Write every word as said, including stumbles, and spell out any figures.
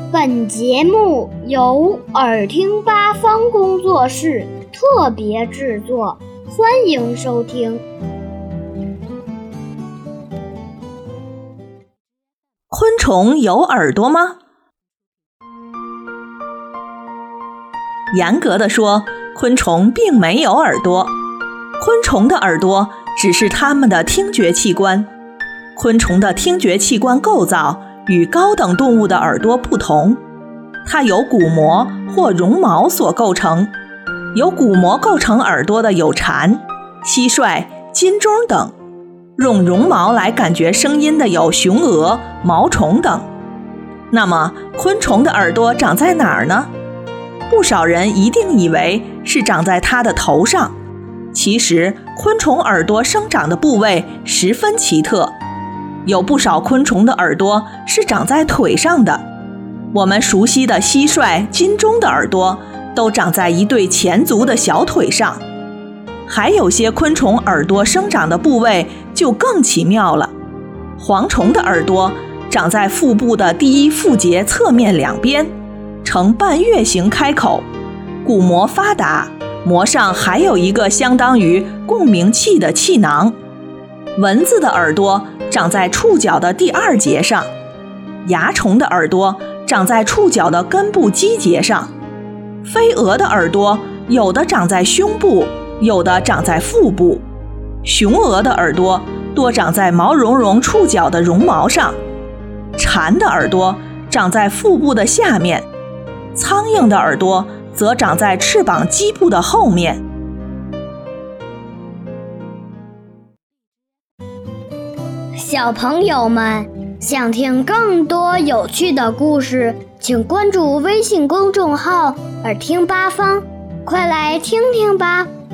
本节目由耳听八方工作室特别制作，欢迎收听。 昆虫有耳朵吗？严格的说，昆虫并没有耳朵。昆虫的耳朵只是它们的听觉器官。昆虫的听觉器官构造与高等动物的耳朵不同，它由鼓膜或绒毛所构成。由鼓膜构成耳朵的有蝉、蟋蟀、金钟等，用绒毛来感觉声音的有雄鹅、毛虫等。那么昆虫的耳朵长在哪儿呢？不少人一定以为是长在它的头上，其实昆虫耳朵生长的部位十分奇特，有不少昆虫的耳朵是长在腿上的。我们熟悉的蟋蟀、金钟的耳朵都长在一对前足的小腿上。还有些昆虫耳朵生长的部位就更奇妙了。蝗虫的耳朵长在腹部的第一腹节侧面两边，呈半月形开口，鼓膜发达，膜上还有一个相当于共鸣器的气囊。蚊子的耳朵长在触角的第二节上，蚜虫的耳朵长在触角的根部基节上，飞蛾的耳朵有的长在胸部，有的长在腹部，雄鹅的耳朵多长在毛茸茸触角的绒毛上，蝉的耳朵长在腹部的下面，苍蝇的耳朵则长在翅膀基部的后面。 小朋友们，想听更多有趣的故事，请关注微信公众号“耳听八方”，快来听听吧。